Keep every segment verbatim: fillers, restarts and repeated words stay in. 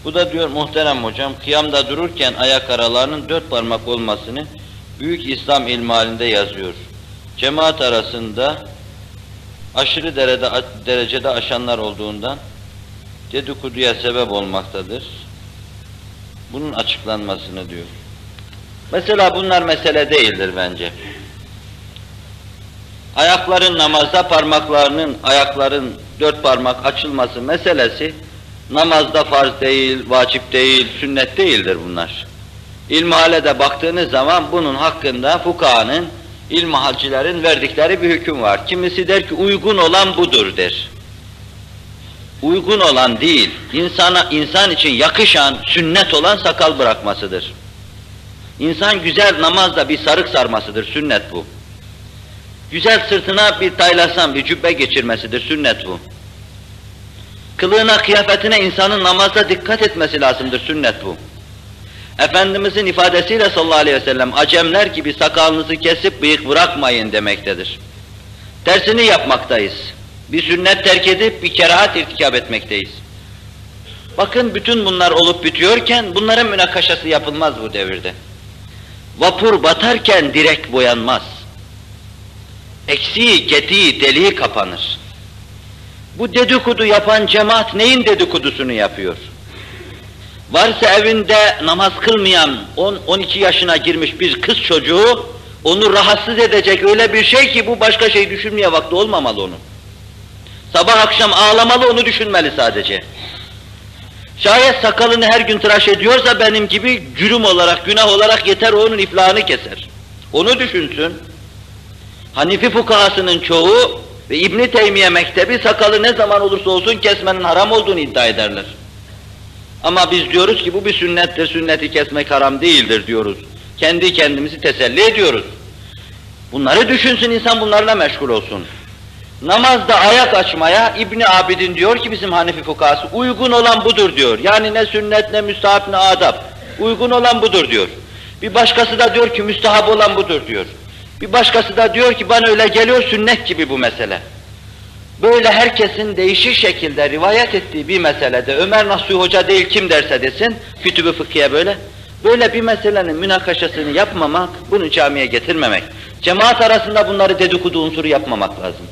Bu da diyor muhterem hocam, kıyamda dururken ayak aralarının dört parmak olmasını büyük İslam ilmi halinde yazıyor. Cemaat arasında aşırı derecede, derecede aşanlar olduğundan dedikoduya sebep olmaktadır. Bunun açıklanmasını diyor. Mesela bunlar mesele değildir bence. Ayakların namazda parmaklarının, ayakların dört parmak açılması meselesi namazda farz değil, vacip değil, sünnet değildir bunlar. İlmihale de baktığınız zaman bunun hakkında fukahanın, ilmihalcilerin verdikleri bir hüküm var. Kimisi der ki uygun olan budur der. Uygun olan değil, insana, insan için yakışan, sünnet olan sakal bırakmasıdır. İnsan güzel namazda bir sarık sarmasıdır, sünnet bu. Güzel sırtına bir taylasan, bir cübbe geçirmesidir, sünnet bu. Kılığına, kıyafetine insanın namazda dikkat etmesi lazımdır, sünnet bu. Efendimizin ifadesiyle sallallahu aleyhi ve sellem, acemler gibi sakalınızı kesip bıyık bırakmayın demektedir. Tersini yapmaktayız. Bir sünnet terk edip bir kerahat irtikab etmekteyiz. Bakın bütün bunlar olup bitiyorken bunların münakaşası yapılmaz bu devirde. Vapur batarken direk boyanmaz. Eksiği, gediği, deliği kapanır. Bu dedikodu yapan cemaat neyin dedikodusunu yapıyor? Varsa evinde namaz kılmayan on on iki yaşına girmiş bir kız çocuğu onu rahatsız edecek öyle bir şey ki bu başka şey düşünmeye vakti olmamalı onun. Sabah akşam ağlamalı, onu düşünmeli sadece. Şayet sakalını her gün tıraş ediyorsa benim gibi cürüm olarak, günah olarak yeter o onun iflahını keser. Onu düşünsün. Hanifi fukahasının çoğu ve İbn-i Teymiye mektebi sakalı ne zaman olursa olsun kesmenin haram olduğunu iddia ederler. Ama biz diyoruz ki bu bir sünnettir, sünneti kesmek haram değildir diyoruz. Kendi kendimizi teselli ediyoruz. Bunları düşünsün insan, bunlarla meşgul olsun. Namazda ayak açmaya İbn-i Abidin diyor ki bizim Hanefi fukahası, uygun olan budur diyor. Yani ne sünnet, ne müstahap, ne adab. Uygun olan budur diyor. Bir başkası da diyor ki müstahap olan budur diyor. Bir başkası da diyor ki bana öyle geliyor, sünnet gibi bu mesele. Böyle herkesin değişik şekilde rivayet ettiği bir meselede, Ömer Nasuhi Hoca değil kim derse desin, Kütüb-i Fıkhiye böyle, böyle bir meselenin münakaşasını yapmamak, bunu camiye getirmemek. Cemaat arasında bunları dedikodu unsuru yapmamak lazım.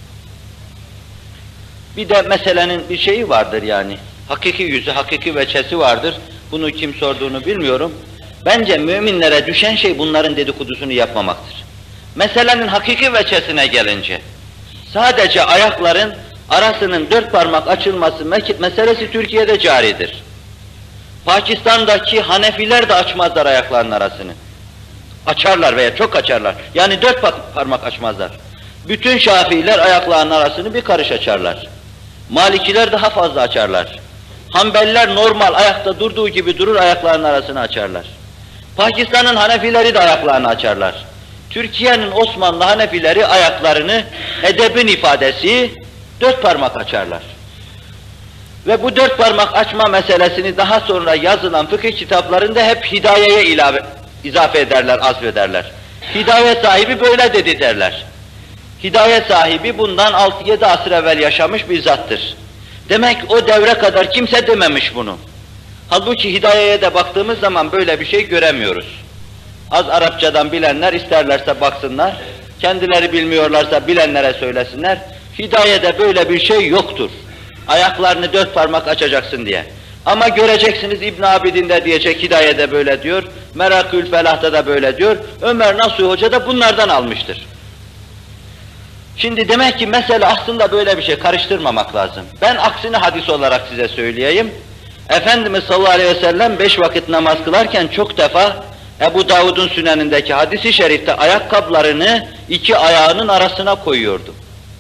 Bir de meselenin bir şeyi vardır yani, hakiki yüzü, hakiki veçesi vardır. Bunu kim sorduğunu bilmiyorum. Bence müminlere düşen şey bunların dedikodusunu yapmamaktır. Meselenin hakiki veçesine gelince, sadece ayakların arasının dört parmak açılması meselesi Türkiye'de caridir. Pakistan'daki Hanefiler de açmazlar ayaklarının arasını. Açarlar veya çok açarlar. Yani dört parmak açmazlar. Bütün Şafiiler ayaklarının arasını bir karış açarlar. Malikiler daha fazla açarlar. Hanbeliler normal ayakta durduğu gibi durur, ayaklarının arasını açarlar. Pakistan'ın Hanefileri de ayaklarını açarlar. Türkiye'nin Osmanlı Hanefileri ayaklarını, edebin ifadesi, dört parmak açarlar. Ve bu dört parmak açma meselesini daha sonra yazılan fıkıh kitaplarında hep hidayeye ilave, izafe ederler, azfederler. Hidaye sahibi böyle dedi derler. Hidaye sahibi bundan altı yedi asır evvel yaşamış bir zattır. Demek o devre kadar kimse dememiş bunu. Halbuki hidayeye de baktığımız zaman böyle bir şey göremiyoruz. Az Arapçadan bilenler isterlerse baksınlar, kendileri bilmiyorlarsa bilenlere söylesinler. Hidayede böyle bir şey yoktur. Ayaklarını dört parmak açacaksın diye. Ama göreceksiniz İbn Abidin de diyecek, Hidayede böyle diyor, Merakül Felah'ta da böyle diyor, Ömer Nasuhi Hoca da bunlardan almıştır. Şimdi demek ki mesele aslında böyle bir şey, karıştırmamak lazım. Ben aksini hadis olarak size söyleyeyim. Efendimiz sallallahu aleyhi ve sellem beş vakit namaz kılarken çok defa Ebu Davud'un sünenindeki hadis-i şerifte ayakkabılarını iki ayağının arasına koyuyordu.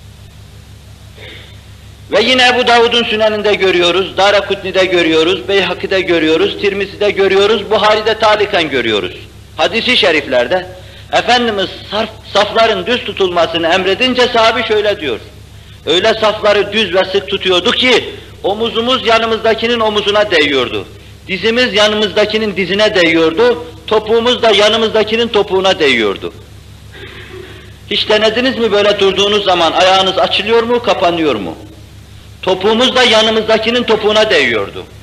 Ve yine Ebu Davud'un süneninde görüyoruz, Darakutni'de görüyoruz, Beyhaki'de görüyoruz, Tirmizi'de görüyoruz, Buhari'de taliken görüyoruz. Hadis-i şeriflerde Efendimiz sarf, safların düz tutulmasını emredince sahabi şöyle diyor. Öyle safları düz ve sık tutuyordu ki omuzumuz yanımızdakinin omuzuna değiyordu. Dizimiz yanımızdakinin dizine değiyordu, topuğumuz da yanımızdakinin topuğuna değiyordu. Hiç denediniz mi böyle durduğunuz zaman ayağınız açılıyor mu, kapanıyor mu? Topuğumuz da yanımızdakinin topuğuna değiyordu.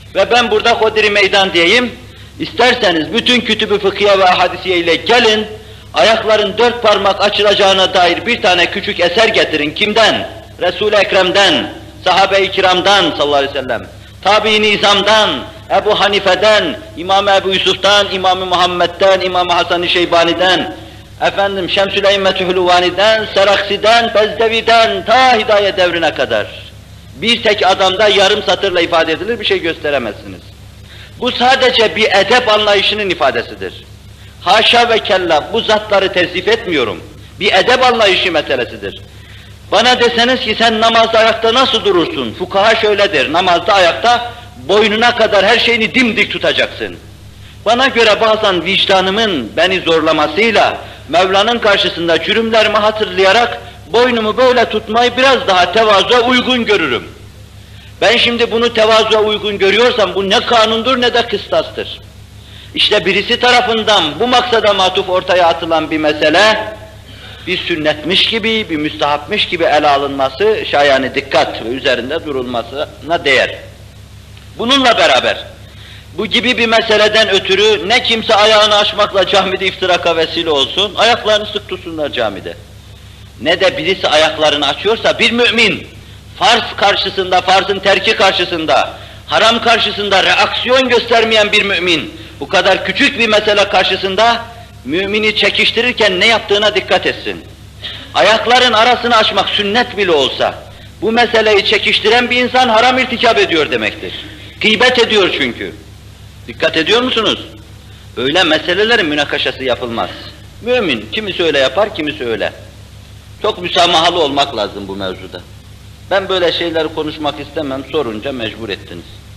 Ve ben burada hodri meydan diyeyim, isterseniz bütün kütüb-ü fıkhiye ve hadisiye ile gelin, ayakların dört parmak açılacağına dair bir tane küçük eser getirin. Kimden? Resul-i Ekrem'den, sahabe-i kiramdan sallallahu aleyhi ve sellem, tabi-i nizamdan, Ebu Hanife'den, İmam Ebu Yusuf'tan, İmam-ı Muhammed'den, İmam-ı Hasan-ı Şeybani'den, efendim Şemsül Eymmet-i Huluvani'den, Seraksi'den, Bezdevi'den, ta Hidaye devrine kadar. Bir tek adamda yarım satırla ifade edilir, bir şey gösteremezsiniz. Bu sadece bir edep anlayışının ifadesidir. Haşa ve kella, bu zatları tezif etmiyorum. Bir edep anlayışı meselesidir. Bana deseniz ki sen namazda ayakta nasıl durursun? Fukaha şöyledir, namazda ayakta boynuna kadar her şeyini dimdik tutacaksın. Bana göre bazen vicdanımın beni zorlamasıyla Mevla'nın karşısında cürümlerimi hatırlayarak boynumu böyle tutmayı biraz daha tevazuya uygun görürüm. Ben şimdi bunu tevazuya uygun görüyorsam bu ne kanundur ne de kıstastır. İşte birisi tarafından bu maksada matuf ortaya atılan bir mesele, bir sünnetmiş gibi, bir müstahapmış gibi ele alınması, şayane dikkat ve üzerinde durulmasına değer. Bununla beraber, bu gibi bir meseleden ötürü ne kimse ayağını açmakla camide iftiraka vesile olsun, ayaklarını sık tutsunlar camide. Ne de birisi ayaklarını açıyorsa bir mümin, farz karşısında, farzın terki karşısında, haram karşısında reaksiyon göstermeyen bir mümin, bu kadar küçük bir mesele karşısında, mümini çekiştirirken ne yaptığına dikkat etsin. Ayakların arasını açmak sünnet bile olsa, bu meseleyi çekiştiren bir insan haram irtikap ediyor demektir. Gıybet ediyor çünkü. Dikkat ediyor musunuz? Öyle meselelerin münakaşası yapılmaz. Mümin, kimisi öyle yapar, kimisi öyle. Çok müsamahalı olmak lazım bu mevzuda. Ben böyle şeyleri konuşmak istemem, sorunca mecbur ettiniz.